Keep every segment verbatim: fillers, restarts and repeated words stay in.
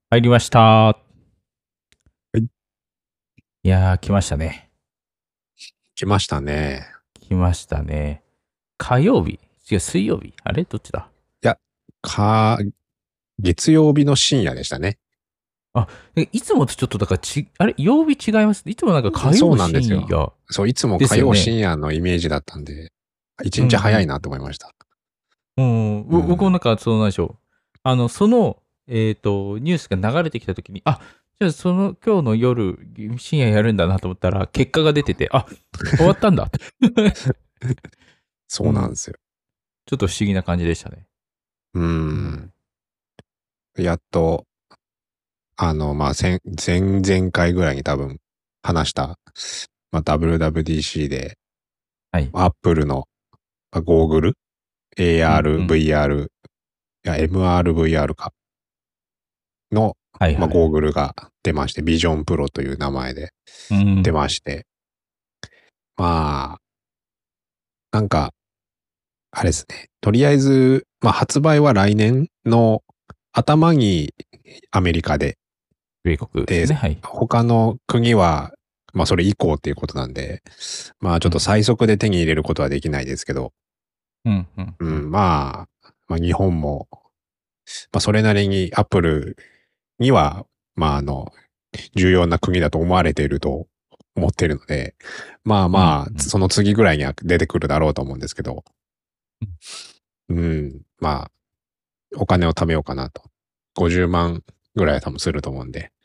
入りました。 はい、 いやー、来ましたね。 来ましたね。 来ましたね。火曜日違う、水曜日あれどっちだ？ いや、か、月曜日の深夜でしたね。 あ、えいつもとちょっとだからち、あれ曜日違います。いつもなんか火曜そうなんですよ。 深夜そう、いつも火曜ですよね。 深夜のイメージだったんで、一うん日早いなと思いました。 うん。うん、ぼ僕もうん。 なんか、そうなんでしょう。あの、その、えっ、と、ニュースが流れてきたときに、あ、じゃあその今日の夜、深夜やるんだなと思ったら、結果が出てて、あ、終わったんだ。 そうん。 うなんですよ。 ちょっと不思議な感じでしたね。 ううん。 ん。やっと、あの、まあ、前、前々回ぐらいに多分話した、まあ、ダブリューダブリューディーシー で、 はい。 アップルのまあゴーグル、 うんエーアール、 うん。 ブイアール、いや、エムアールブイアール か、の、まあ、 はいはい。 ゴーグルが出まして、ビジョンプロという名前で出うん。 まして、まあ、なんか、あれですね。とりあえず、まあ発売は来年の頭にアメリカで、 米国ですで、 ね。はい。 他の国は、まあそれ以降っていうことなんで、まあちょっとうん。 最速で手に入れることはできないですけど、 うん、うん、うん。 うん、まあ、まあ日本も、まあそれなりにアップルには、まああの、重要な国だと思われていると思っているので、まあうん、 まあ、 うん。 その次ぐらいには出てくるだろうと思うんですけど、うん、まあ、お金を貯めようかなと。ごじゅうまんぐらいは多分すると思うんで。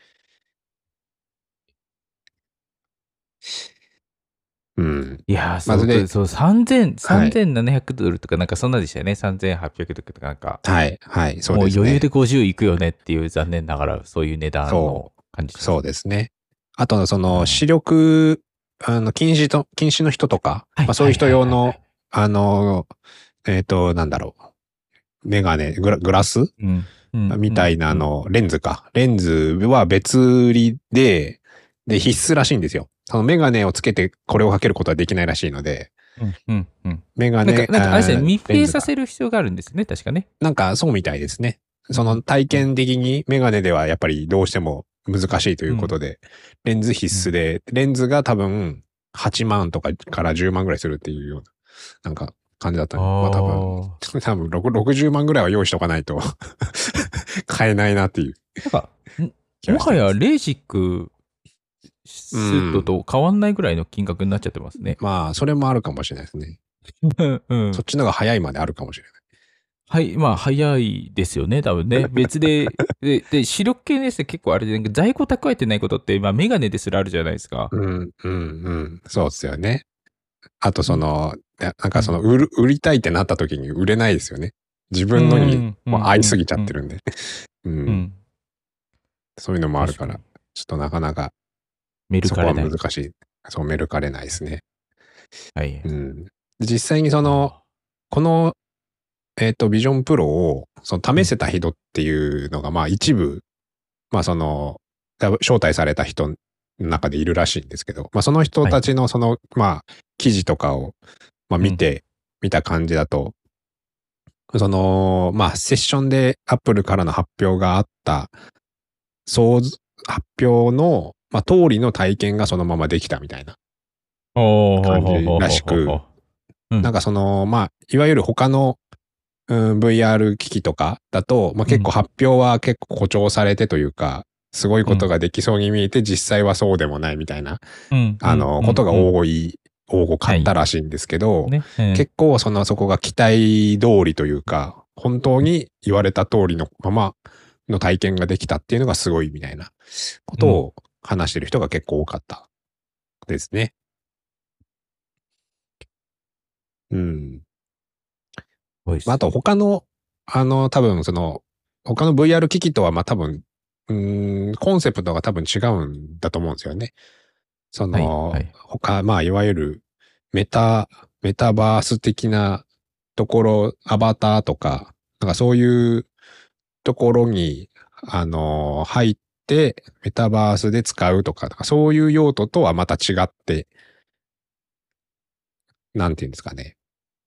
うん。 いやー、そう、 まずで、 僕、そう、さんぜん、 はい。 さんぜんななひゃくドルとかなんかそんなでしたよね。さんぜんはっぴゃくドルとかなんか、 はい。はい。そうもう余裕でですね。 ごじゅういくよねっていう残念ながら、そういう値段のそ感じしう。そうますね。 ですね。あと、その、 うん。 視力、あの、近視と、近視の人とか、 はい、 まあそういう人はい、はい、はい、は用の、 い。 あの、えっと、なんだろう。メガネ、グラ、グラスうん、うん、うん、 みたいなうん、 の、レンズか。レンズは別売りで、で、必須らしいんですよ。そのメガネをつけてこれをかけることはできないらしいので、 うん、うん、うん。なんか、 メガネ、 なんか、あれですね、 あー密閉さレンズが。 せる必要があるんですね、確かね。 なんかそうみたいですね。そのうん、うん、 体験的にメガネではやっぱりどうしても難しいというん、 うことで、レンズ必須うん。 で、レンズが多分はちまんとかからじゅうまんぐらいするっていうような、なんか感じだったあんで、まあ多分、 あ。 多分ろくじゅうまんぐらいは用意しとかないと買えないなっていうなんか、ん気もははしてます。 やレーシックうするとん。 と変わんないぐらいの金額になっちゃってますね。 まあ、それもあるかもしれないですね。 うんうん。 そっちのが早いまであるかもしれない。 はい、まあ、早いですよね、多分ね。別で、で、で視力系のやつって結構あれで、なんか在庫蓄えてないことって、まあ、メガネですらあるじゃないですか。 うん、うん、うん。そうですよね。あとうん。 その、ななんうん。 かその売る、売りたいってなった時に売れないですよね。自う分のにん、うん、うん、 もう合いすぎちゃうん。 ってるんで。うん。 うん。 そういうのもあるから、 確かに。 ちょっとなかなかメルそこはカレない。 難しい。そう、メルカれないですね。 はい。 うん。実際にその、 ああ。 この、えっと、ビジョンプロを、その試うん。 せた人っていうのが、まあ一部、まあその、招待された人の中でいるらしいんですけど、まあその人はい。 たちのその、まあ、記事とかを、まあうん。 見て、見た感じだと、その、まあ、セッションでアップルからの発表があった、そう、発表の、まあ、通りの体験がそのままできたみたいなおー、ほう感じらほうほうほうしく、 ほうほう。うん。 なんかその、まあ、いわゆる他の、うん、ブイアール 機器とかだと、まあ、 うん。 結構発表は結構誇張されてというか、すごいうん。 ことができそうに見えて実際はそうでもないみたいな、 うん。うん。 あの、 うん。 ことがうん。 多い、多かはい。 ったらしいんですけど、 ね。うん。 結構その、そこが期待通りというか、本当に言われた通りのままの体験ができたっていうのがすごいみたいなこうん。 とを話してる人が結構多かったですね。うん。まあ、あとそうですね。 他の、あの、多分その、他の ブイアール 機器とはまあ多分、うーん、コンセプトが多分違うんだと思うんですよね。そはい。はの、 い。 他、まあ、いわゆるメタ、メタバース的なところ、アバターとか、なんかそういうところに、あの、入って、メタバースで使うとか、そういう用途とはまた違って、なんていうんですかね。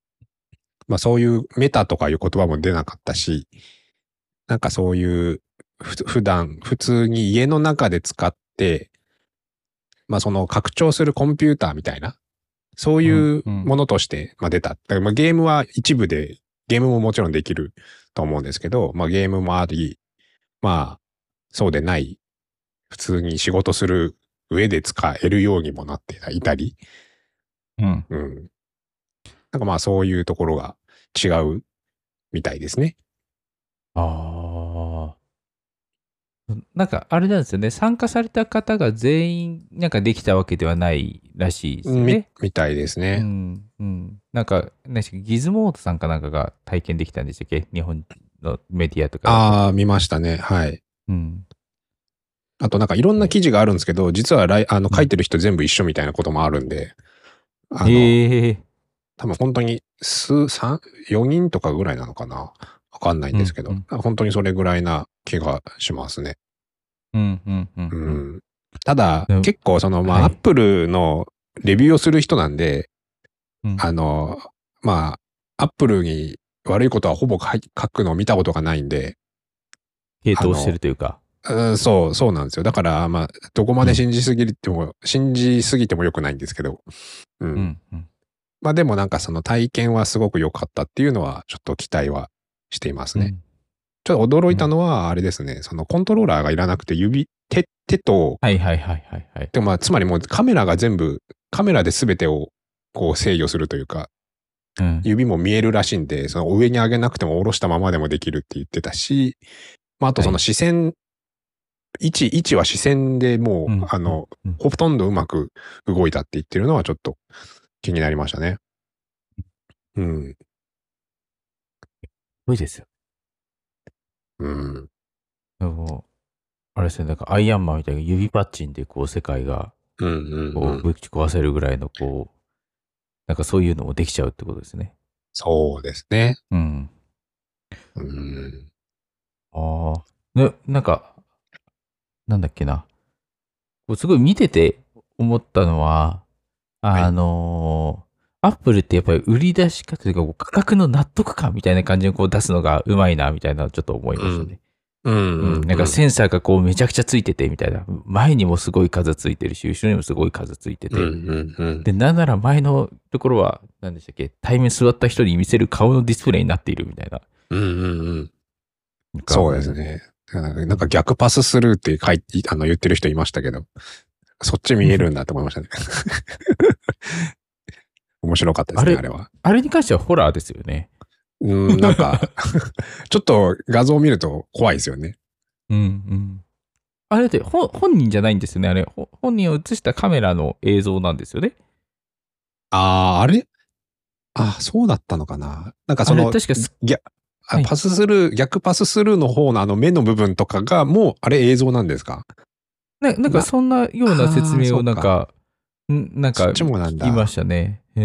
まあそういうメタとかいう言葉も出なかったし、なんかそういう、 ふ普段、普通に家の中で使って、まあその拡張するコンピューターみたいな、そういうものとして、まあ、出た。だからまあゲームは一部で、ゲームももちろんできると思うんですけど、まあゲームもあり、まあ、そうでない、普通に仕事する上で使えるようにもなっていたり、 うん。 うん。なんかまあそういうところが違うみたいですね。 ああ。なんかあれなんですよね。参加された方が全員なんかできたわけではないらしいですよみ、 ね。 みたいですうね。 ん。うん。なんか、何でしたっけ、ギズモートさんかなんかが体験できたんでしたっけ、日本のメディアとかだと。 ああ、見ましたね。はい。 うん。 あとなんかいろんな記事があるんですけど、実はライあのうん。 書いてる人全部一緒みたいなこともあるんで、あの、 ええ多分本当に数、三、よにんとかぐらいなのかな。わかんないんうん。 ですけど、 うん。 本当にそれぐらいな気がしますね。 うん。うん。うん。 ううん。 ん。ただ、 でも結構その、まあ、アッはい。 プルのレビューをする人なんで、 うん。 あの、まあ、アップルに悪いことはほぼ書い書くのを見たことがないんで、 傾倒してあの、 るというか。 うん、そう、そうなんですよ。だから、まあ、どこまうん。 で信じすぎても、信じすぎても良くないんですけど、うん。 うん。うん。 まあでもなんかその体験はすごく良かったっていうのは、ちょっと期待はしていますね。 うん。 ちょっと驚いたうん。 のは、あれですね、そのコントローラーがいらなくて、指、手、手と、 はいはいはいはいはい。 でもまあ、つまりもうカメラが全部、カメラで全てをこう制御するというか、 うん。 指も見えるらしいんで、その上に上げなくても下ろしたままでもできるって言ってたし、まあ、あとそのはい。 視線、位置、位置は視線でもう、 うん。うん。 あの、 うん。 ほとんどうまく動いたって言ってるのはちょっと気になりましたね。うん。 ごいですよ。 うん。 でも、あれですね、なんかアイアンマンみたいな指パッチンでこう世界がうんうんうん。 こうぶち壊せるぐらいのこう、なんかそういうのもできちゃうってことですね。 そうですね。 うん。 うん。 ああ。ね、なんか、なんだっけな。こうすごい見てて思ったのは、あはい。 のー、アップルってやっぱり売り出し方というかこう価格の納得感みたいな感じでこう出すのがうまいなみたいなのちょっと思いうん。 ましたね。 うんうん。なんうんうん。 かセンサーがこうめちゃくちゃついててみたいな。前にもすごい数ついてるし、後ろにもすごい数ついてうんて。 うんうん。 で、なんなら前のところは、何でしたっけ、対面座った人に見せる顔のディスプレイになっているみたいな。 うんうんうん。 なんかそうですもね。なんう、うん。 か逆パススルーって書いて、あの言ってる人いましたけど、そっち見えるんだって思いましたね。面白かったですね、ああれ、 れは。 あれに関してはホラーですよね。 うん、なんかちょっと画像を見ると怖いですよね。 うんうん。あれって本本人じゃないんですよね。あれ、ほ本人を映したカメラの映像なんですよね。 ああ、あれあ、そうだったのかな。なんかあれ、 その、 確かす、 逆、あはい。 パススルー、逆パススルーの方のあの目の部分とかが、もう、あれ映像なんですか？ ななんかな、 そんなような説ああ、 明をそうか。 なんか、んなんかそっちもな聞きまんだ。 したね。うん。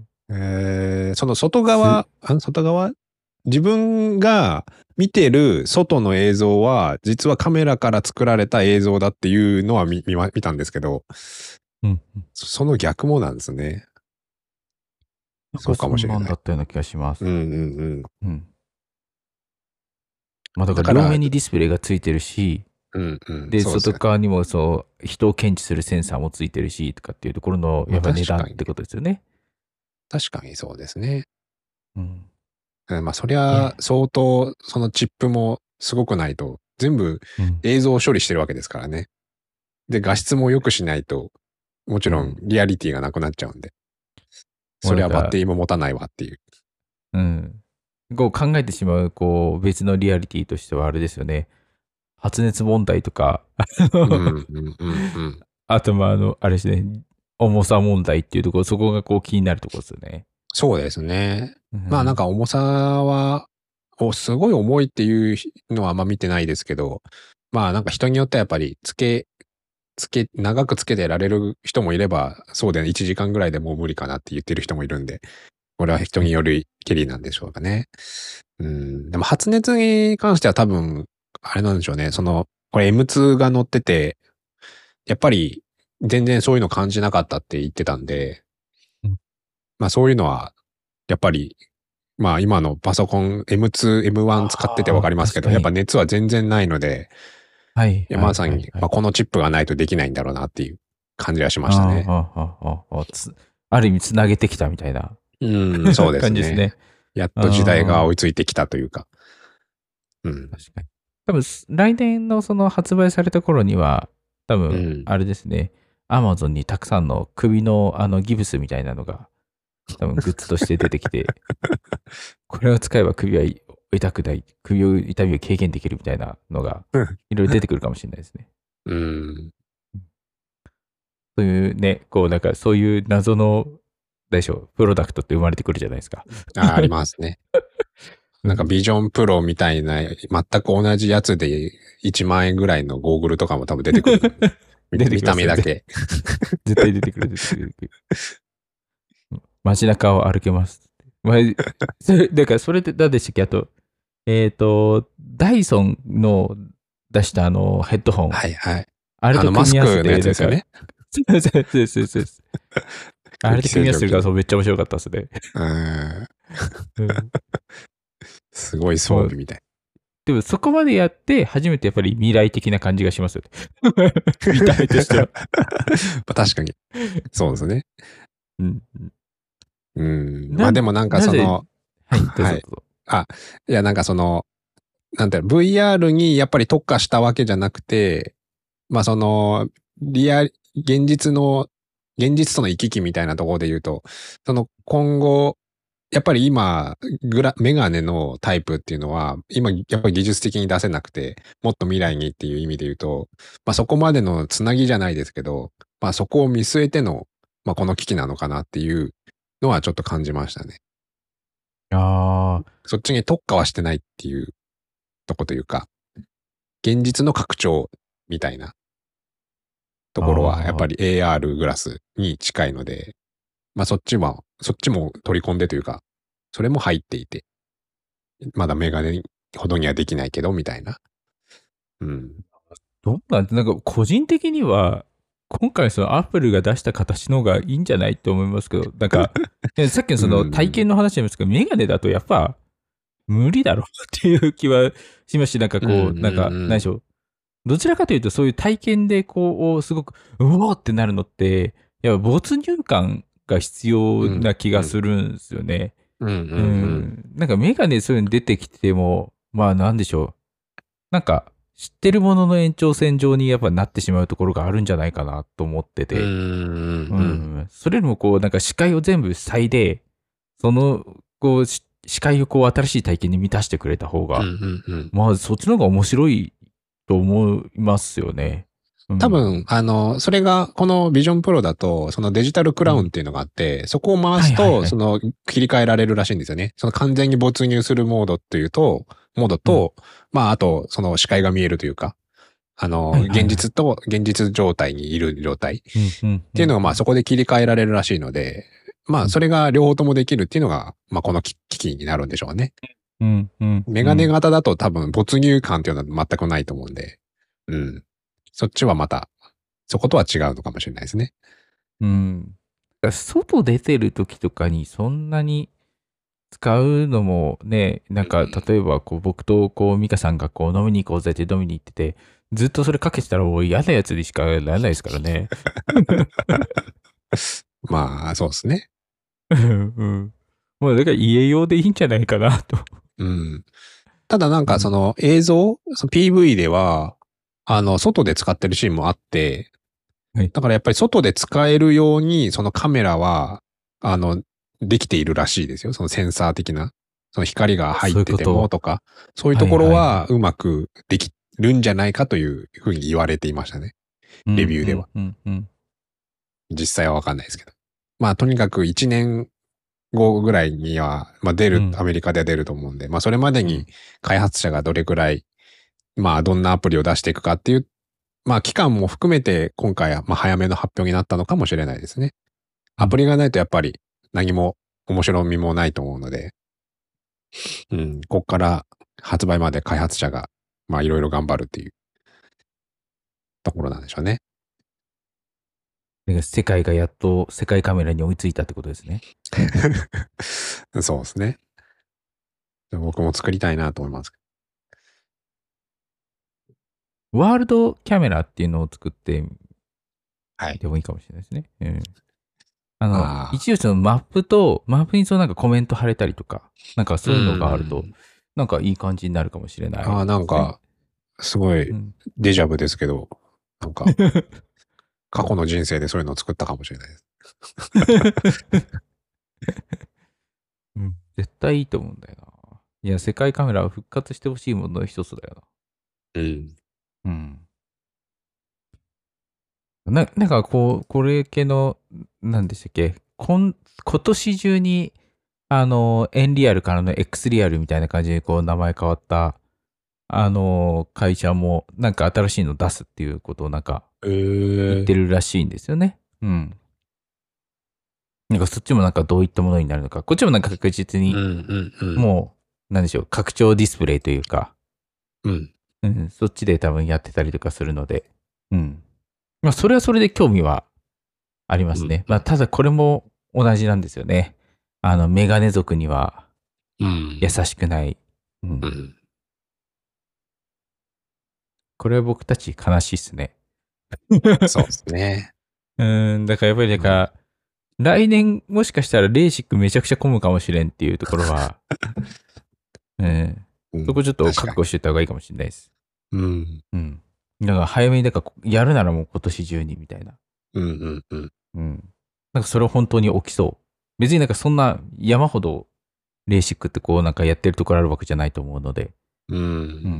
えー、その外す、 側、あ、外側自分が見てる外の映像は、実はカメラから作られた映像だっていうのは見、見ま、見たんですけど、 うん。 そその逆もなんですね。そうかなんかそもしれない。 んなんだったような気がします。 うんうんうん。 うん。まあだからだから、 両面にディスプレイがついてるし、 うんうん、 で、 そうですね。 外側にもそう、人を検知するセンサーもついてるし、とかっていうところの、 まあやっぱり確かにね。 値段ってことですよね。 確かにそうですね。 うん。 うん、まあそりゃいや、 相当そのチップもすごくないと全部うん。 映像を処理してるわけですからね。で、画質も良くしないともちろんうん。 リアリティがなくなっちゃうんで。そりゃバッもうなんか、 テリーも持たないわっていう。 うん。こう考えてしまう、こう、別のリアリティとしてはあれですよね。発熱問題とか、あの、 うんうんうんうん。 あと、まあ、あの、あれですね。重さ問題っていうところ、そこがこう気になるところですよね。 そうですね。まあなんうん。 か重さは、お、すごい重いっていうのはあんま見てないですけど、まあなんか人によってはやっぱりつけ、つけ、長くつけてられる人もいれば、そうだよね、いちじかんぐらいでもう無理かなって言ってる人もいるんで、これは人うん。 によるけりなんでしょうかね。うん。でも発熱に関しては多分、あれなんでしょうね。その、これ エムツー が乗ってて、やっぱり全然そういうの感じなかったって言ってたんで、 うん。 まあそういうのは、やっぱり、まあ今のパソコン エムツー、エムワン 使っててわかああ、 りますけど、 確かに。 やっぱ熱は全然ないので、 はい。 や、 はい。 まさに、 はい。はい。 まあ、このチップがないとできないんだろうなっていう感じがしましたね。 ああ、ああ、ああ、あつ、ある意味つなげてきたみたいなうん、そうですね。 感じですね。 やっと時代がああ、 追いついてきたというか。うん。 確かに。多分、す来年のその発売された頃には、多分、 うん。 あれですね、アマゾンにたくさんの首のあのギブスみたいなのが、多分グッズとして出てきて、これを使えば首は痛くない、首を痛みを軽減できるみたいなのが、いろいろ出てくるかもしれないですね。 うん。 そういうね、こう、なんかそういう謎の、でしょう、プロダクトって生まれてくるじゃないですか。 あ、ありますね。なんかうん、 ビジョンプロみたいな、全く同じやつでいちまん円ぐらいのゴーグルとかも多分出てくる。見見た出てきますよ、ぜ目だけ。 絶対出てくる、出てくる。出てくる街中を歩けます。まあ、それ、だからそれって何でしたっけあと、えっ、と、ダイソンの出したあのヘッドホン、 はいはい。 あれあの、マと組み合わせスクのやて、なんか、 つですよね。 そうそうそうそうそう。あ空気れと組み合わせてる画清浄機の。 像めっちゃ面白かったですね。 うん。 うん。 すごい装まあ、 備みたい。 でもそこまでやって初めてやっぱり未来的な感じがしますよね。見た目としては。 まあ確かに。そうですね。 うん。 うん。まな、 あでもなんかなぜ、 その、 はい、どうはい。 ぞどうぞ。 あ、いやなんかその、なんていうの、ブイアール にやっぱり特化したわけじゃなくて、まあその、リアル、現実の、現実との行き来みたいなところで言うと、その今後、やっぱり今、グラ、メガネのタイプっていうのは、今、やっぱり技術的に出せなくて、もっと未来にっていう意味で言うと、まあそこまでのつなぎじゃないですけど、まあそこを見据えての、まあこの機器なのかなっていうのはちょっと感じましたね。 あそっちに特化はしてないっていうとこというか、現実の拡張みたいなとあ、 ころは、やっああ、 ぱり エーアール グラスに近いので、まあそっちも、そっちも取り込んでというか、それも入っていて、まだメガネほどにはできないけど、みたいな。うん。 どうなんて、なんか個人的には、今回そのアップルが出した形の方がいいんじゃないって思いますけど、なんか、ねさっきのうその体ん。 験の話なんですけど、メガネだとやっぱ無理だろうっていう気はしますし、なんかうんうこう、なんか、何でしんょう。どちらかというと、そういう体験で、こう、すごく、うおーってなるのって、やっぱ没入感が必要うん。 な気うん。 がするんですよね。 うんううんん。なんかメガネそういうの出てきても、まあなんでしょう。なんか、知ってるものの延長線上にやっぱなってしまうところがあるんじゃないかなと思ってうん。うて。うんうん。 ん。それよりもこう、なんか視界を全部塞いで、その、こう、し視界をこう新しい体験に満たしてくれた方うんが、 うんうん。 まあそっちの方が面白いと思いますよね。うん。 多分、あの、それが、このビジョンプロだと、そのデジタルクうん。 ラウンっていうのがあって、そこを回すと、 はいはいはい。 その、切り替えられるらしいんですよね。その完全に没入するモードっていうと、モードうん。 と、まあ、あと、その視界が見えるというか、あの、 はいはいはい。 現実と、現実状態にいる状態っうんうんうていうのが、まあ、 んうん。 そこで切り替えられるらしいので、まあ、 うんそれが両方ともできるっていうのが、まあ、この機器になるんでしょうね。 うんうんメガネうん。 型だと多分没入感っていうのは全くないと思うんで、うん。そっちはまた、そことは違うのかもしれないですね。 うん。外出てる時とかにそんなに使うのもね、なんか例えばこう僕とこうミカさんがこう飲みに行こうぜって飲みに行ってて、ずっとそれかけてたらもう嫌なやつにしかならないですからね。 まあ、そうですね。 うんうん。もうだから家用でいいんじゃないかなと。 うん。ただなんうん。 かその映像、その ピーブイ では、あの、外で使ってるシーンもあって、 はい。 だからやっぱり外で使えるように、そのカメラは、あの、できているらしいですよ。そのセンサー的な。その光が入っそういうててもこと。 とか、そういうはいところはいはい。 はうまくできるんじゃないかというふうに言われていましたね。 うんうんレビューでは。 うんうん。 実際はわかんないですけど。まあとにかくいちねんごぐらいには、まあ出る、 うん。 アメリカでは出ると思うんで、まあそれまでにうん。 開発者がどれくらい、まあどんなアプリを出していくかっていう、まあ期間も含めて今回はまあ早めの発表になったのかもしれないですね。 うん。 アプリがないとやっぱり何も面白みもないと思うので、うん、こっから発売まで開発者がまあいろいろ頑張るっていうところなんでしょうね。 で世界がやっと世界カメラに追いついたってことですね。 そうですね。僕も作りたいなと思います。 ワールドキャメラっていうのを作ってはい。 でもいいかもしれないですね。うん。あの、 ああ。 一応そのマップと、マップにそのなんかコメント貼れたりとか、なんかうそういうのがあると、 ん。 なんかいい感じになるかもしれないああ、なですね。 んか、すごいうん。 デジャブですけど、なんか、過去の人生でそういうのを作ったかもしれないです。 うん、絶対いいと思うんだよな。いや、世界カメラは復活してほしいものの一つだようん。 な。うん。な、なんかこう、これ系の、なんでしたっけ、今、今年中に、あの、エンリアルからの X リアルみたいな感じでこう名前変わった、あの、会社もなんか新しいの出すっていうことをなんかえ言っえ。 てるらしいんですよね。うん。なんかそっちもなんかどういったものになるのか。こっちもなんか確実に、 うんうんうん。 もう、なんでしょう、拡張ディスプレイというか、 うん。 うん、そっちで多分やってたりとかするので、うん。まあ、それはそれで興味はありまうん。 すね。まあ、ただこれも同じなんですよね。あの、メガネ族にはうん。 優しくない。うん。 うん。 これは僕たち悲しいっすね。 そうですね。 うん、だからやっぱりなんうん。 か、来年もしかしたらレーシックめちゃくちゃ混むかもしれんっていうところは、うん、 うん。 そこちょっと確かに。 覚悟しておいた方がいいかもしれないです。 うん。 うん。だから早めに、だからやるならもう今年中にみたいな。 うんうんうん。 うん。なんかそれは本当に起きそう。別になんかそんな山ほどレーシックってこうなんかやってるところあるわけじゃないと思うので。 うん。 うん。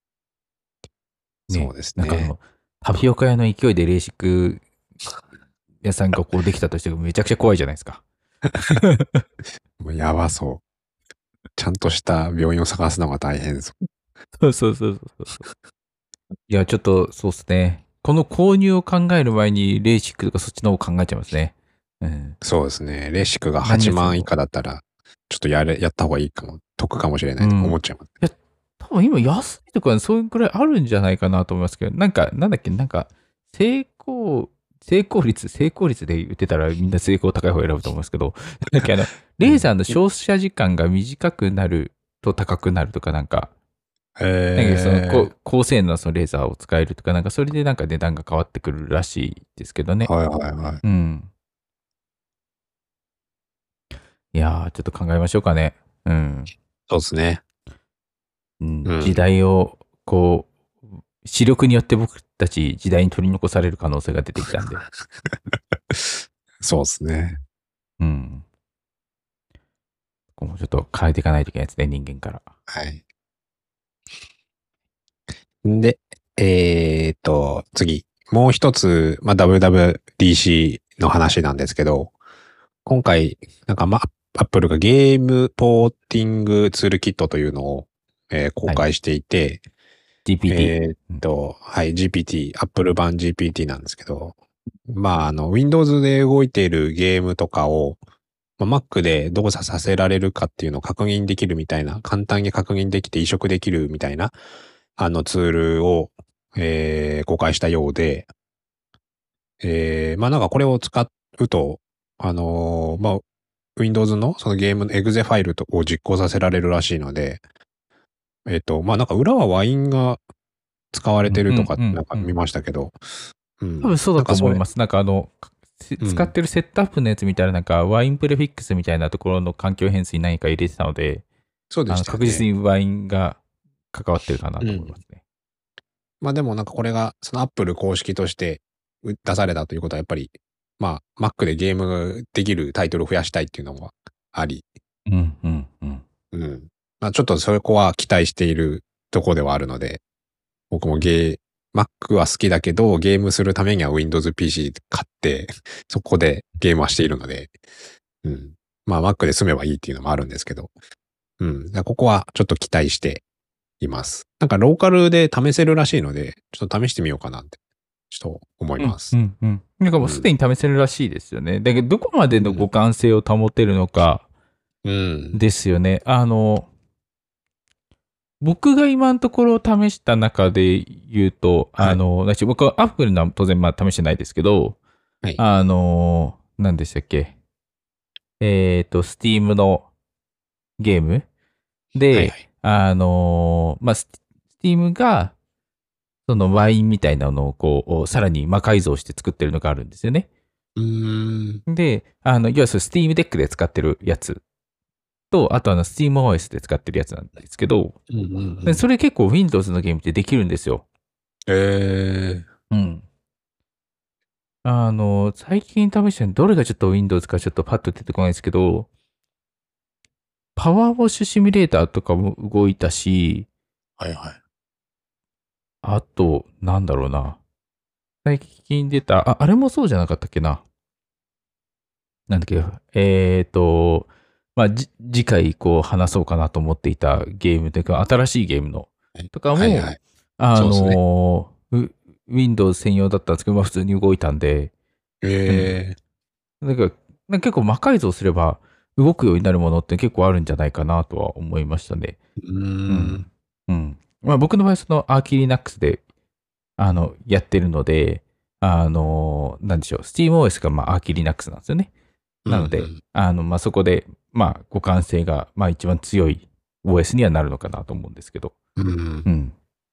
ね。 そうですね。 なんかその、タピオカ屋の勢いでレーシック屋さんがこうできたとしてもめちゃくちゃ怖いじゃないですか。 もうやばそう。ちゃんとした病院を探すのが大変そう。 そうそうそうそうそう。いや、ちょっとそうっすね。この購入を考える前にレーシックとかそっちの方考えちゃいますね。うん。 そうですね。レーシックが何 8万以よりその、 下だったら、ちょっとやれ、やった方がいいかも、得かもしれないとかうん。い思っちゃいます。 や、多分今安いとかそういうくらいあるんじゃないかなと思いますけど、なんか、なんだっけ、なんか、成功、成功率、成功率で言ってたらみんな成功高い方を選ぶと思うんですけど、なんかあの、 うん。 レーザーの照射時間が短くなると高くなるとか、なんか、なんかそのえ高高性能なそのレーザーを使えるとか、なんかそれでなんか値段が変わってくるらしいですけどね。 ー、はいはいはい。 うん。いやー、ちょっと考えましょうかね。うん。 そうですね。 うん、時うん。 代を、こう、視力によって僕たち時代に取り残される可能性が出てきたんで。 そうですね。 うん。ここもちょっと変えていかないといけないですね、人間から。 はい。んで、えーっと、次。もう一つ、まあ、ダブリューダブリューディーシー の話なんですけど、今回、なんか、ま、アップルがゲームポーティングツールキットというのを、えー公はい。 開していて、 ジーピーティー。 えーっうん。 と、はい、ジーピーティー、Apple 版 ジーピーティー なんですけど、まあ、あの、Windows で動いているゲームとかを、まあ、Mac で動作させられるかっていうのを確認できるみたいな、簡単に確認できて移植できるみたいな、あのツールを、えー公開したようで、えーまあなんかこれを使うと、あのーまあ、Windows のそのゲームのエグゼファイルとを実行させられるらしいので、えっと、まあなんか裏はワインが使われうんうんてるとかってうんうん。 なんか見ましたけど、うん。 多分そうだなんかそれ、 と思います。なんかあの、せ使っうん。 てるセットアップのやつみたいな、なんかワインプレフィックスみたいなところの環境変数に何か入れてたので、 そうであのしたよね。 確実にワインが関わってるかなと思いまうん。 すね。 まあでもなんかこれがその Apple 公式として出されたということはやっぱり、まあ Mac でゲームできるタイトルを増やしたいっていうのもあり、 うんうんうん。 うん。まあちょっとそこは期待しているとこではあるので、僕もゲー、Mac は好きだけど、ゲームするためには Windows ピーシー 買って、そこでゲームはしているので、うん。まあ Mac で済めばいいっていうのもあるんですけど、うん。ここはちょっと期待しています。なんかローカルで試せるらしいので、ちょっと試してみようかなって、ちょっと思いうんます。 うんうん。なんかもうすうん。 でに試せるらしいですよね。だけど、どこまでの互うん。 換性を保てるのかうん。 ですよね。あの、僕が今のところ試した中で言うと、 はい。 あの、僕はアップルの当然まあ試してないですけど、 はい。 あの、何でしたっけ。えっと、Steam のゲームで、 はいはい。 あの、まあ、Steam が、 そのワインみたいなのをこう、さらに魔改造して作ってるのがあるんですよね。 うーん。 で、あの、要はそれ Steam Deck で使ってるやつと、あとあの SteamOS で使ってるやつなんですけど、 うんうんうでん。 それ結構 Windows のゲームってできるんですよ。 えー。 うん。あの、最近試したのどれがちょっと Windows かちょっとパッと出てこないですけど、パワーウォッシュシミュレーターとかも動いたし、 はいはい。 あと、なんだろうな。最近出た、あ、あれもそうじゃなかったっけな。なんだっけ、えーと、まあ、じ次回こう話そうかなと思っていたゲームというか、新しいゲームのとかも、 はいはい。 あそうですね。 の、ウ Windows 専用だったんですけど、まあ普通に動いたんで、うん。 えだから、なんか結構魔改造すれば動くようになるものって結構あるんじゃないかなとは思いましたね。 ー。うーうん。 ん。 うん。まあ僕の場合、そのアーキーリナックスで、あの、やってるので、あの、なんでしょう、SteamOS がまあアーキーリナックスなんですよね。 うんうなので、 ん。 あの、まあそこで、まあ互換性が、まあ一番強い オーエス にはなるのかなと思うんですけど。 うん。 うん。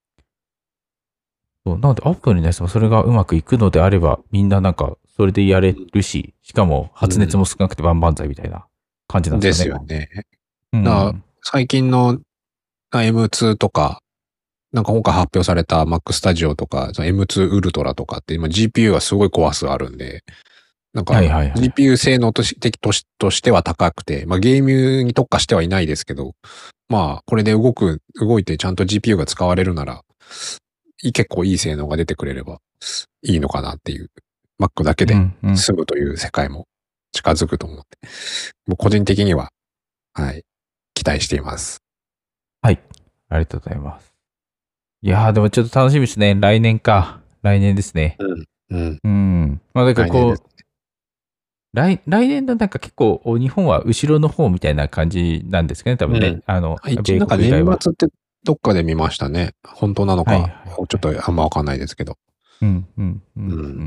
そうなので、アップルのやつもそれがうまくいくのであれば、みんななんか、それでやれるし、しかも発熱も少なくて万々歳みたいな感じなんですですかね。 よね。 うな、 ん。 最近の エムツー とか、なんか今回発表された Mac Studio とか、その エムツー Ultra とかって今 ジーピーユー がすごいコア数あるんで、なんかはいはいはい。 ジーピーユー 性能としとしとしては高くて、まあゲームに特化してはいないですけど、まあこれで動く、動いてちゃんと ジーピーユー が使われるなら、い結構いい性能が出てくれればいいのかなっていう。Mac だけでうんうん。 済むという世界も近づくと思って。もう個人的には、はい、期待しています。 はい。ありがとうございます。いやー、でもちょっと楽しみですね。来年か。来年ですね。 うん。うん。 うん。まあ、だから来年です。 こう、来、来年のなんか結構、日本は後ろの方みたいな感じなんですかね、多分ね。 うん。 あの、米一応なんか国以外は。 年末ってどっかで見ましたね。本当なのか、 はいはいちょっはい。 とあんまわかんないですけど。 うんうんううん。 んうん。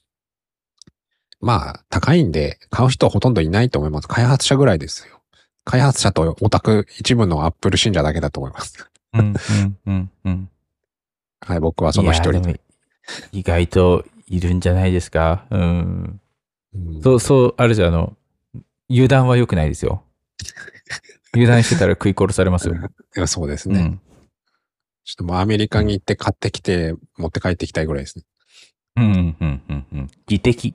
まあ、高いんで、買う人はほとんどいないと思います。開発者ぐらいですよ。開発者とオタク、一部のアップル信者だけだと思います。 うんうんうんうん。 はい、僕はそいやー、でもの一人で。 意外といるんじゃないですか。うん。 うん、 そう、そう、あるじゃん、あの、油断は良くないですよ。油断してたら食い殺されますよ。 いやそうですね。 うん。 ちょっともうアメリカにうん。 行って買ってきて、持って帰ってきたいぐらいですね。 うんうんうんうんうん。技的。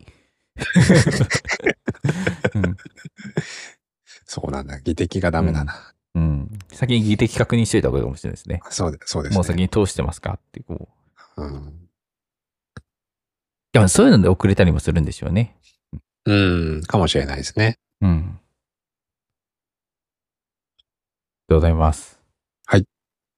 うん。 そうなんだ。技的がダうん。 メだな。 うん。先に技的確認しといた方がいいかもしれないですね。 そうで、そうですね。 もう先に通してますかってこう。 うん。 でもそういうので遅れたりもするんでしょうね。 うん、かもしれないですね。 うん。ありがとうございます。 はい。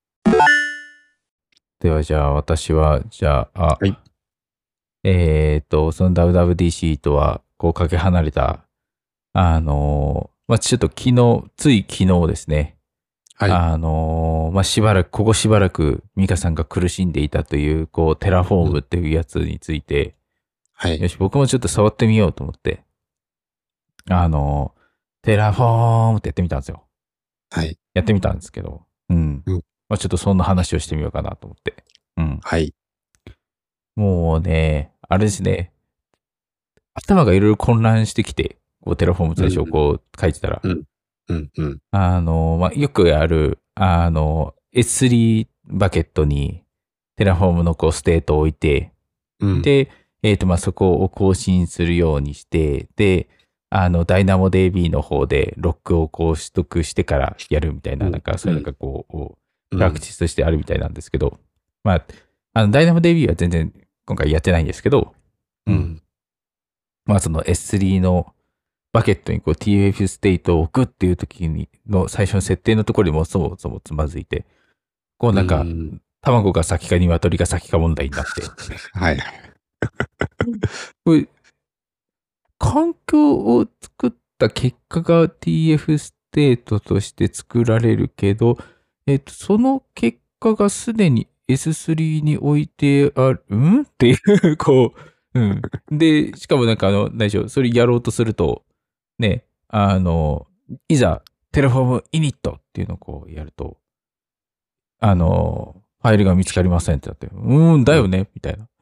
ではじゃあ私は、じゃあ、 はい。 あえっと、その ダブリューダブリューディーシー とは、こうかけ離れた、あのーまあ、ちょっと昨日、つい昨日ですね、 はい。 あのーまあ、しばらく、ここしばらく、ミカさんが苦しんでいたという、こう、テラフォーうん。 ムっていうやつについて、 はい。 よし、僕もちょっと触ってみようと思って、あのーテラフォームってやってみたんですよ。 はい。 やってみたんですけど、うん。 うん。 まあ、ちょっとそんな話をしてみようかなと思って。うん。 はい。 もうね、あれですね、頭がいろいろ混乱してきて、こう、テラフォーム最初うん。 こう書いてたら、 うん。うん。うん。 あの、まあ、よくある、あの、エススリー バケットにテラフォームのこうステートを置いて、 うん。 で、えっと、まあ、そこを更新するようにして、で、あの、ダイナモ ディービー の方でロックをこう取得してからやるみたいな、なんかそういうのがこう、プラクティスとしてあるみたいなんですけど、まあ、あの、ダイナモ ディービー は全然今回やってないんですけど、うん。 うん。 まあ、その エススリー のバケットにこう ティーエフ ステートを置くっていう時にの最初の設定のところでもそもそもつまずいて、こううなんか、 ん。 卵が先か鶏が先か問題になって、 はい。 これ環境を作った結果が ティーエフ ステートとして作られるけど、えっと、その結果がすでに エススリー に置いてある、んっていう、こう、うん。で、しかもなんかあの、何でしょう、それやろうとすると、ね、あの、いざ、テラフォームイニットっていうのをこうやると、あの、 ファイルが見つかりませんってなって、うーん、だよね、みたいな。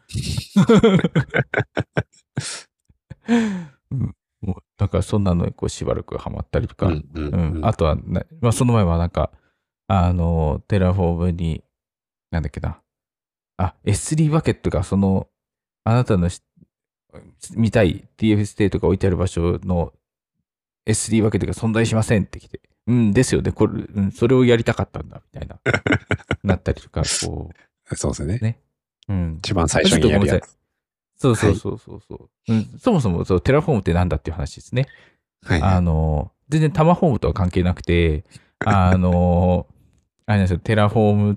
うん、もうなんかそんなのにこうしばらくハマったりとか、 うんうんうんうんあとはな、まあ、その前はなんか、あの、テラフォームに、なんだっけな、あ、エススリー バケットがその、あなたのし見たい ティーエフ ステートが置いてある場所の エススリー バケットが存在しませんって来て、うんですよね、これ、うん、それをやりたかったんだ、みたいな、なったりとか、こそうですね。 う、ね。うん。 一番最ちょ初にっとごめんなさい。 やるやつ。 そうそうはい。 そうそうそう、うん。そもそもそうテラフォームってなんだっていう話ですね。あはいはい。 の、全然タマフォームとは関係なくて、あの、あれなんですよ、テラフォームって、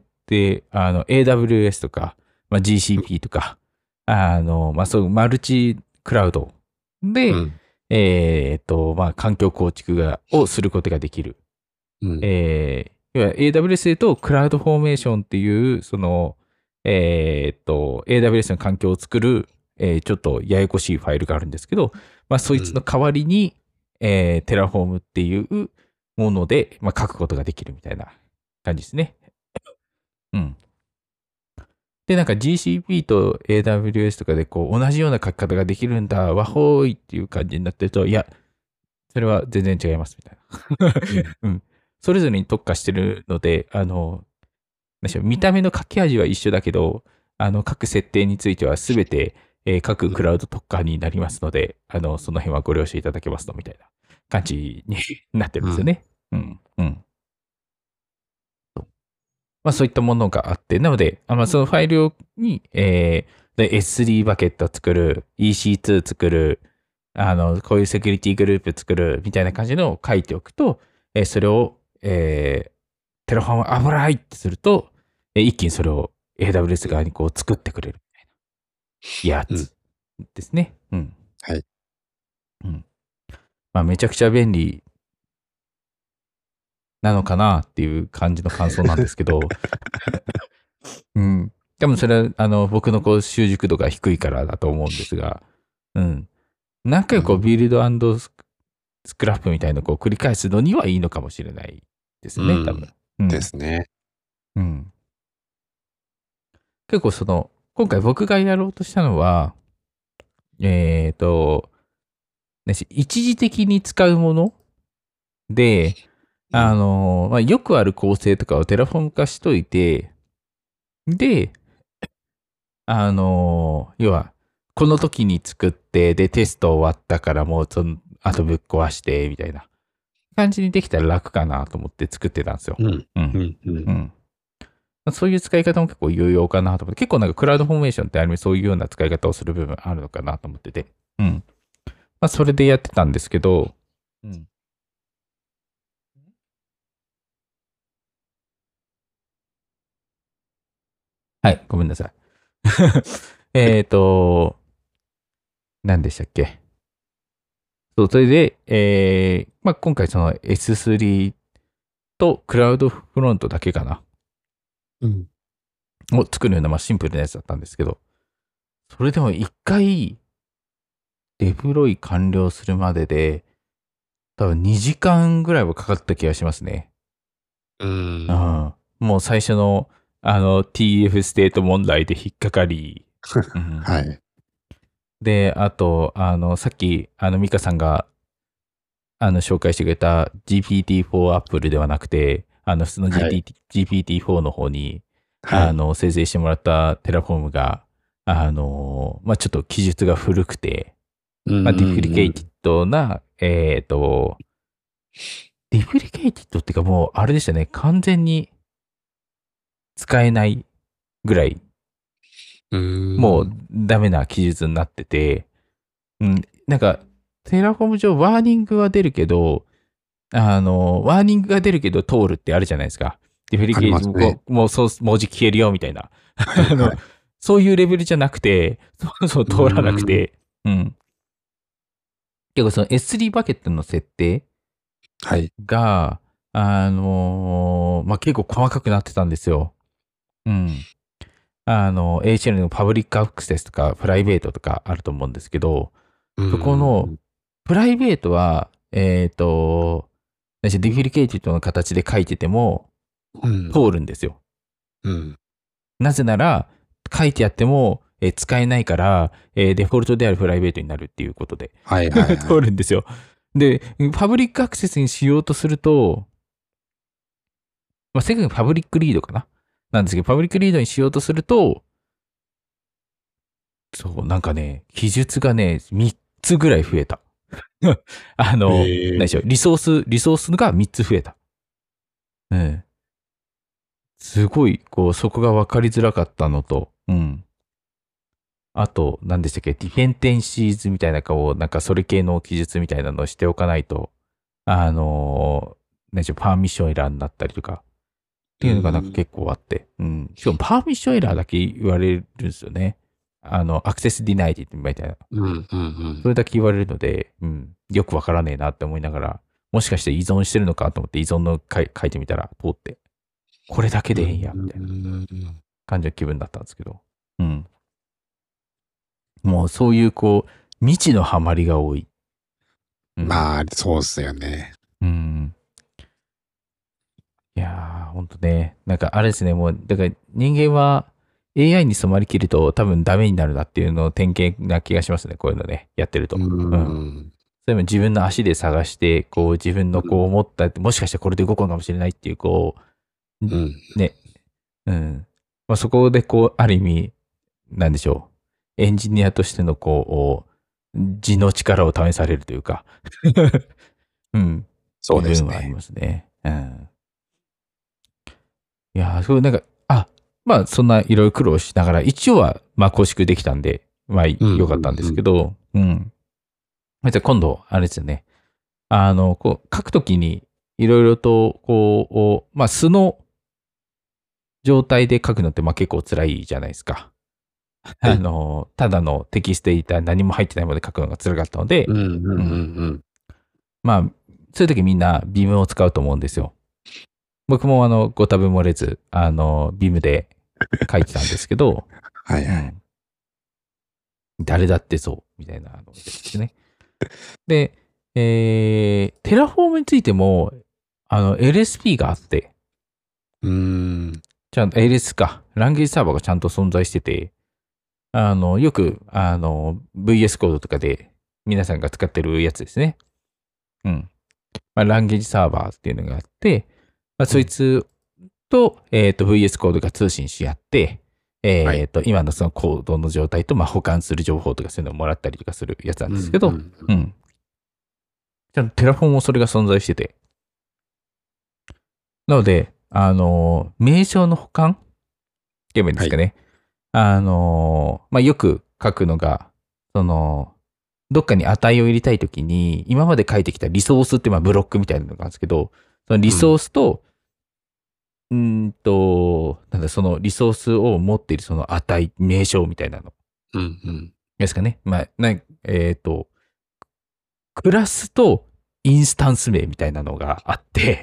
あの、エーダブリューエス とか、まあ、ジーシーピー とか、あの、まあ、そういうマルチクラウドで、 うん。 えーっと、まあ、環境構築が、をすることができる。 うん。 えー、要は エーダブリューエス でとクラウドフォーメーションっていう、その、えーっと、エーダブリューエス の環境を作る、えーちょっとややこしいファイルがあるんですけど、まあ、そいつの代わりに、えー、テラフォームっていうもので、まあ、書くことができるみたいな感じですね。うん。で、なんか ジーシーピー と エーダブリューエス とかでこう同じような書き方ができるんだ、わほーいっていう感じになってると、いや、それは全然違いますみたいな。うん。それぞれに特化してるので、あの、なんでしょう、見た目の書き味は一緒だけど、あの、各設定についてはすべて、えー各クラウド特化になりますので、あの、その辺はご了承いただけますと、みたいな感じになってるんですよね。うん、うん。まあそういったものがあって、なので、あまあ、そのファイルに、えー、で エススリー バケット作る、イーシーツー 作る、あの、こういうセキュリティグループ作るみたいな感じのを書いておくと、えーそれを、えー、テラフォーム危ないってすると、えー一気にそれを エーダブリューエス 側にこう作ってくれるみたいなやうん。 つですね。うん。 はい。 うん。まあめちゃくちゃ便利なのかなっていう感じの感想なんですけど、うん。多分それは、あの、僕のこう、習熟度が低いからだと思うんですが、うん。何回こう、 うんビルドススクラップみたいなのをこう繰り返すのにはいいのかもしれないですよね、多分。うん。 ですね。 うん。結構その、今回僕がやろうとしたのは、えっ、と、ねし一時的に使うもので、あうんの、まあ、よくある構成とかをテラフォーム化しといて、で、あの、要は、この時に作って、で、テスト終わったからもうその、あとぶっ壊して、みたいな感じにできたら楽かなと思って作ってたんですよ。 うん。 う。 うんん。う。 うんん。そういう使い方も結構有用かなと思って、結構なんかクラウドフォーメーションってある意味そういうような使い方をする部分あるのかなと思ってて。うん。まあ、それでやってたんですけど、うん。はい、ごめんなさい。えっと、何でしたっけ。そう、それで、えー、まあ、今回その エススリー とクラウドフロントだけかな。 うん。 を作るような、まあ、シンプルなやつだったんですけど、それでも一回、デプロイ完了するまでで、多分にじかんぐらいはかかった気がしますね。 う。 うんん。もう最初の、あの、ティーエフ ステート問題で引っかかり、うん、 はい。 で、あと、あの、さっき、あの、ミカさんが、あの、紹介してくれた ジーピーティーフォー Apple ではなくて、あの、普通のはい。 ジーピーティー、ジーピーティーフォー の方に、 はい。 あの、生成してもらったテラフォームが、あの、まあ、ちょっと記述が古くて、 うんまあ、ディプリケイティうんッドな、えっと、ディプリケイティッドっていうかもう、あれでしたね、完全に使えないぐらい、 うん。 もううん。 ダメな記述になってて、うん、なんか、テラフォーム上、ワーニングは出るけど、あの、ワーニングが出るけど通るってあるじゃないですか。ディフェリありケージもますね。 もうそう文字消えるよみたいな。あの、 はいはい。 そういうレベルじゃなくて、そうそうう通らなくん。 て、うん。結構その エススリー バケットの設定はい。 が、あのーまあ、結構細かくなってたんですよ。うん。あの、エイチエル のパブリックアクセスとか、プライベートとかあると思うんですけど、 うそこの、 ん。 プライベートは、えっ、と、ディフィリケイティッドの形で書いててもうん。 通るんですよ。 うん。 なぜなら、書いてあっても、えー使えないから、えーデフォルトであるプライベートになるっていうことではいはいはい。 通るんですよ。で、パブリックアクセスにしようとすると、まあ、正確にパブリックリードかななんですけど、パブリックリードにしようとすると、そう、なんかね、記述がね、みっつぐらい増えた。あの、何でしょう、 ええ。 リソース、リソースがみっつ増えた。うん。すごい、こう、そこが分かりづらかったのと、うん。あと、何でしたっけ、ディフェンテンシーズみたいな顔を、なんかそれ系の記述みたいなのをしておかないと、あの何でしょう、パーミッションエラーになったりとか、ってういうのがなんかん。 結構あって、うん。しかもパーミッションエラーだけ言われるんですよね。あの、アクセスディナイティみたいな。 うんうんうん。 それだけ言われるので、うん。よくわからねえなって思いながら、もしかして依存してるのかと思って依存の書い書いてみたら通って、これだけうでええんや、みたいなん。 感じの気分だったんですけど。うん。もうそういうこう、未知のハマりが多い。うん。 まあ、そうっすよね。 うん。いやー、ほんとね。なんかあれですね、もう、だから人間は エーアイ に染まりきると多分ダメになるなっていうのを典型な気がしますね。こういうのね、やってるうと。うん。 ん。 そういうの自分の足で探して、こう自分のこう思った、もしかしてこれで動くのかもしれないっていう、こう、 うん。 ね、うん。まあ、そこでこう、ある意味、なんでしょう。エンジニアとしてのこう、地の力を試されるというか、うん。 そう部ですね。 分はありますね。うん。いやー、そう、なんか、あ、まあ、そんないろいろ苦労しながら、一応は、まあ、構築できたんで、まあ、 うん良かったんですうんけど、うん。じゃあ今度、あれですよね。あの、こう、書くときに、いろいろと、こう、まあ、素の状態で書くのって、まあ、結構辛いじゃないですか。あはい。 の、ただのテキストエディター何も入ってないもので書くのが辛かったので、 うんうんうんううん。 ん。 まあ、そういう時みんな ビーム を使うと思うんですよ。僕もあの、ご多分漏れず、あの、ビーム で書いてたんですけど、 はいはい。 うん。誰だってそう、みたいなのですね。で、えー、テラフォームについても、あの、エルエスピー があって、 うーん。 ちゃんと エルエス か、ランゲージサーバーがちゃんと存在してて、あの、よく、あの、ブイエス コードとかで皆さんが使ってるやつですね。うん。まあ、ランゲージサーバーっていうのがあって、まあ、そいつと、えっと、ブイエス コードが通信し合って、 はい。 えっと、今のそのコードの状態と、まあ、保管する情報とかそういうのをもらったりとかするやつなんうんうですけど、 んうん。 うん。ちゃんとテラフォンもそれが存在してて。なので、あの、名称の保管って言えばいいんではい。 すかね。あの、まあ、よく書くのが、その、どっかに値を入れたいときに、今まで書いてきたリソースってまあブロックみたいなのがあるんですけど、そのリうん。 ソースと、うーんと、なんだ、そのリソースを持っているその値、名称みたいなのうんうん。 ですかね。まあ、なえっ、と、クラスとインスタンス名みたいなのがあって、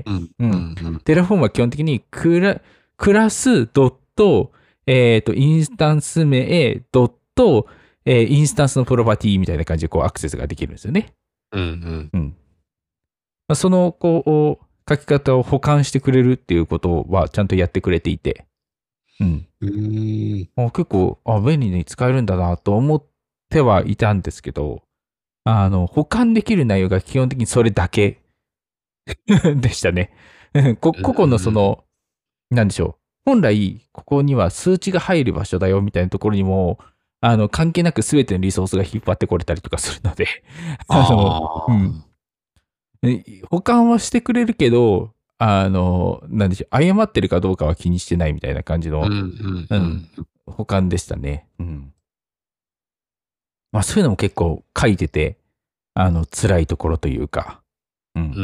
うんうん。 うんうん。 テラフォームは基本的にクラクラスドット、えっ、と、インスタンス名ドット、えーインスタンスのプロパティみたいな感じでこうアクセスができるんですよね。 うんうん。まあ、その、こう、書き方を保管してくれるっていうことはちゃんとやってくれていて、うん。 うん。うーん。 あ結構、あ、便利に使えるんだなと思ってはいたんですけど、あの、保管できる内容が基本的にそれだけでしたね。こう個々のそん。 の、なんでしょう。本来、ここには数値が入る場所だよみたいなところにも、あの、関係なく全てのリソースが引っ張ってこれたりとかするので、あの、うん。 ああ。 保管はしてくれるけど、あの、なんでしょう。誤ってるかどうかは気にしてないみたいな感じの、 うんうんうん、 うん。 保管でしたね。うん。まあそういうのも結構書いてて、あの、辛いところというか、うん。 うん。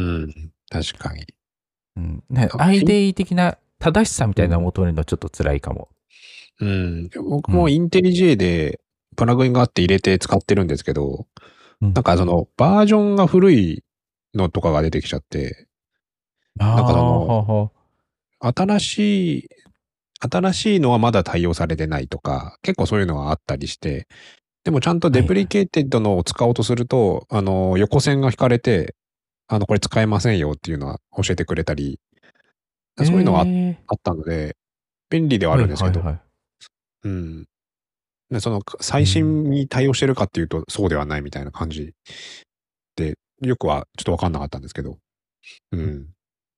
確かに。 うん、ね、 あ、インアイディ的な正しさみたいなのをうん。 求めるのちょっと辛いかも。 うん。僕うん。 もインテリジェでプラグインがあって入れて使ってるんですけど、 うん。 なんかそのバージョンが古いのとかが出てきちゃって、 ああ、 なんかそのはは。 新しい、新しいのはまだ対応されてないとか、結構そういうのがあったりして、でもちゃんとデプリはいはい。 ケーテッドのを使おうとすると、あの、横線が引かれて、あの、これ使えませんよっていうのは教えてくれたり、 えそういうのがあえあったので、便利ではあはるんですけど、 いはいはい。 うん。でその最新に対応してるかっていうとそうではないみたいな感じで、よくはちょっとわかんなかったんですけど。うん。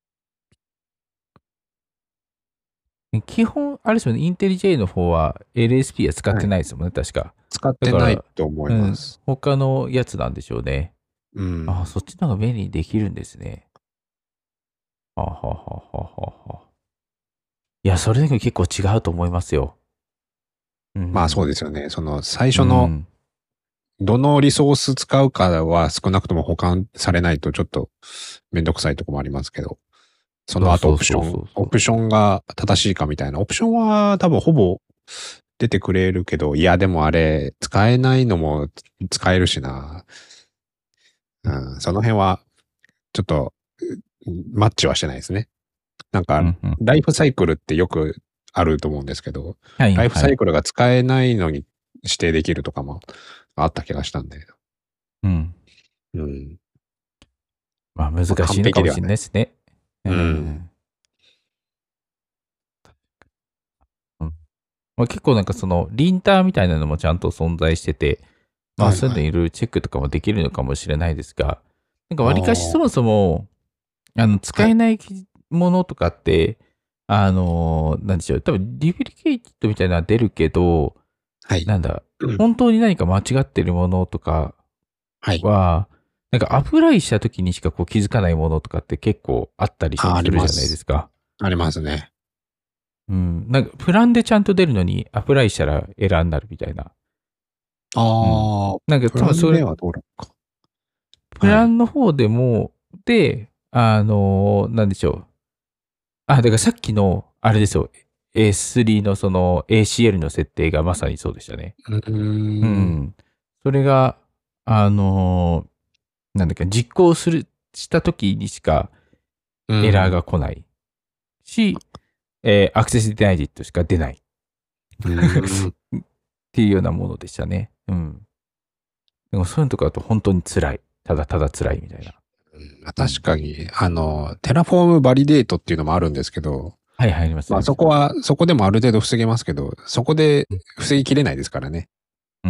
基本、あれですよね、インテリ J の方は エルエスピー は使ってはい。 ないですもんね、確か。 使ってないだから、 と思いうん、 ます。 他のやつなんでしょうね。 うあ、 ん。 そっちの方が便利にできるんですね。はあはあはあはあはあ。いや、それだけ結構違うと思いますよ。うまあそうん。 ですよね。その最初のうん。 どのリソース使うかは少なくとも保管されないとちょっとめんどくさいとこもありますけど、その後オそうそうプション、 そうそうそう。 オプションが正しいかみたいな。オプションは多分ほぼ出てくれるけど、いやでもあれ使えないのも使えるしな。うん、その辺はちょっとマッチはしてないですね。なんか、 うんうん。 ライフサイクルってよくあると思うんですけど、ライフはいはい。 サイクルが使えないのに指定できるとかもあった気がしたんで。 うん。 うん。 まあ難まあ、完しいのかもしれ璧ではない。 ないですね。ううん。 ん。うん、まあ、結構なんかその、リンターみたいなのもちゃんと存在してて、まあはいはい。 そういうのいろいろチェックとかもできるのかもしれないですが、なんかあわりかしそもあ。 そも、あの、使はい。 えないものとかって、あの、なんでしょう、多分デュプリケイトみたいなのは出るけど、 はい。 なんだ、 うん。 本当に何か間違ってるものとかはい。 は、なんかアプライした時にしかこう気づかないものとかって結構あったりあ、ありするじゃないでます。 すか。 ありますね。 うん。なんかプランでちゃんと出るのにアプライしたらエラーになるみたいな。うん。 ああ、 なんかプラ多分それ、 ンではどうだか。 プはい。 ランの方でも、で、あの、なんでしょう。あ、だからさっきの、あれですよ。エーススリー のその エーシーエル の設定がまさにそうでしたね。 うーん。 うん。それが、あの、なんだっけ、実行する、した時にしかエラーうん。 が来ないし、えーアクセスディナイディットしか出ない。 うーん。 っていうようなものでしたね。うん。でもそういうのとかだと本当に辛い。ただただ辛いみたいな。うん。 確かに、あの、テラフォームバリデートっていうのもあるんですけど、 はい、入ります、 まあ入ります。 そこは、そこでもある程度防げますけど、そこで防ぎきれないですからね。 うん。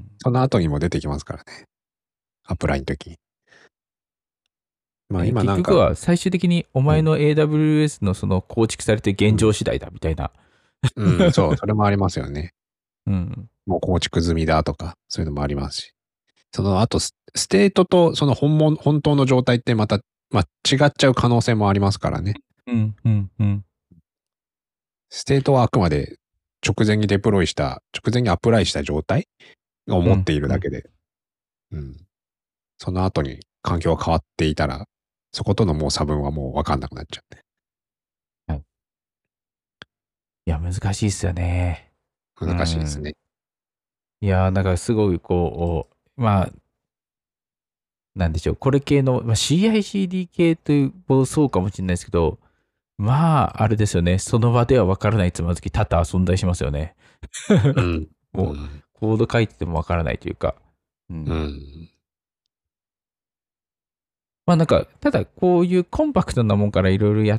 その後にも出てきますからね。アップラインの時に。まあえ今なんか、 結局は最終的におうん、 前の エーダブリューエス のその構築されて現うん、 状次第だみたいな。 うん、そう、それもありますよね。 うん。 もう構築済みだとか、そういうのもありますし。その後ス、ステートとその本物、本当の状態ってまた、まあ違っちゃう可能性もありますからね。 うん、うん、うん。 ステートはあくまで直前にデプロイした、直前にアプライした状態をうん、 持っているうん。 だけで、うん。その後に環境が変わっていたら、そことのもう差分はもうわかんなくなっちゃって。 はい。いや、難しいっすよね。う難しいですん。 ね。 いや、なんかすごいこう、まあ、なんでしょう。これ系の、まあ、シーアイシーディー 系というもそうかもしれないですけど、まあ、あれですよね。その場では分からないつまずき多々存在しますよね。 うん。うもう、 ん。 コード書いてても分からないというか。ううん。 ん。 まあなんか、ただこういうコンパクトなもんからいろいろやって、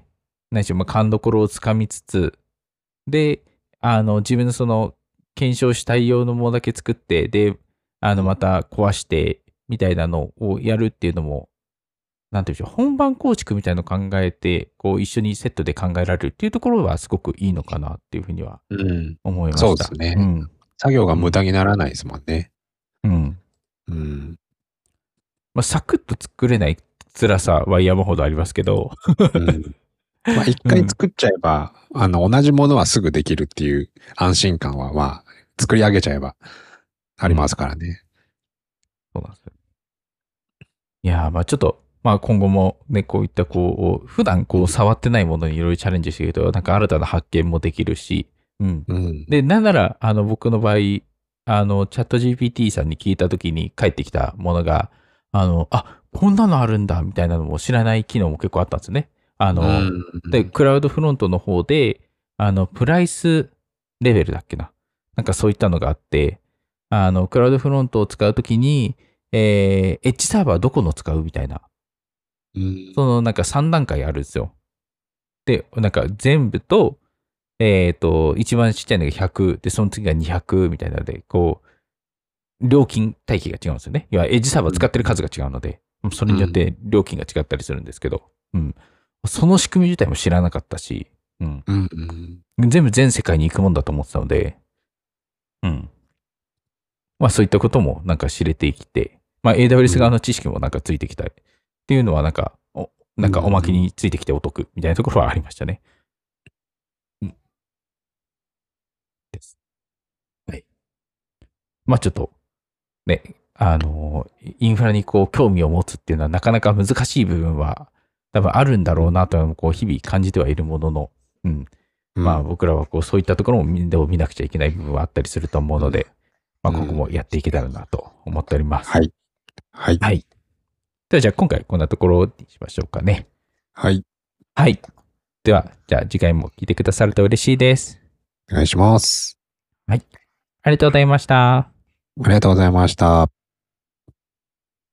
何でしょう、まあ勘どころをつかみつつ、で、あの、自分のその、検証したい用のものだけ作って、で、あの、 うん。 また壊して、みたいなのをやるっていうのも、なんていうんでしょう、本番構築みたいなのを考えて、こう、一緒にセットで考えられるっていうところはすごくいいのかなっていうふうにはうん。 思いまそうした。うですね。 ん。 作業が無うん。 駄にならないですもんね。 うん。 うん。 まあ、サクッと作れない辛さは山ほどありますけど、 うん。まあ一うん。 回作っちゃえば、あの、同じものはすぐできるっていう安心感は、まあ、作り上げちゃえばありますうん。 からね。 そうなんですよ。いやー、まあちょっと、まあ今後もね、こういったこう、普段こう触ってないものにいろいろチャレンジしていくと、なんか新たな発見もできるし、うん。 うん。 で、なんなら、あの、僕の場合、あの、チャット ジーピーティー さんに聞いたときに返ってきたものが、あの、あ、こんなのあるんだ、みたいなのも知らない機能も結構あったんですね。あうの、で、 ん。 クラウドフロントの方で、あの、プライスレベルだっけな。なんかそういったのがあって、あの、クラウドフロントを使うときに、えー、エッジサーバーどこの使うみたいな。 うん。 そのなんかさん段階あるんですよ。で、なんか全部と、 えっと、一番ちっちゃいのがひゃく、で、その次がにひゃくみたいなので、こう、料金体系が違うんですよね。要は、エッジサーバー使ってる数が違うので、それによって料金が違ったりするんですけど、うん。その仕組み自体も知らなかったし、うん。 うんうん。 全部全世界に行くもんだと思ってたので、うん。まあそういったこともなんか知れてきて、まあ エーダブリューエス 側の知識もなんかついてきたりっていうのはなんか、おなんかおまけについてきてお得みたいなところはありましたね。うん。です。はい。まあちょっとね、あの、インフラにこう興味を持つっていうのはなかなか難しい部分は多分あるんだろうなというのもこう日々感じてはいるものの、うん。まあ僕らはこうそういったところも面倒を見なくちゃいけない部分はあったりすると思うので、まあ今後もやっていけたらなと思っております。 はい。はい。 はい。ではじゃあ今回こんなところにしましょうかね。 はい。 はい。では、じゃあ次回も聞いてくださると嬉しいです。 お願いします。 はい。ありがとうございました。 ありがとうございました。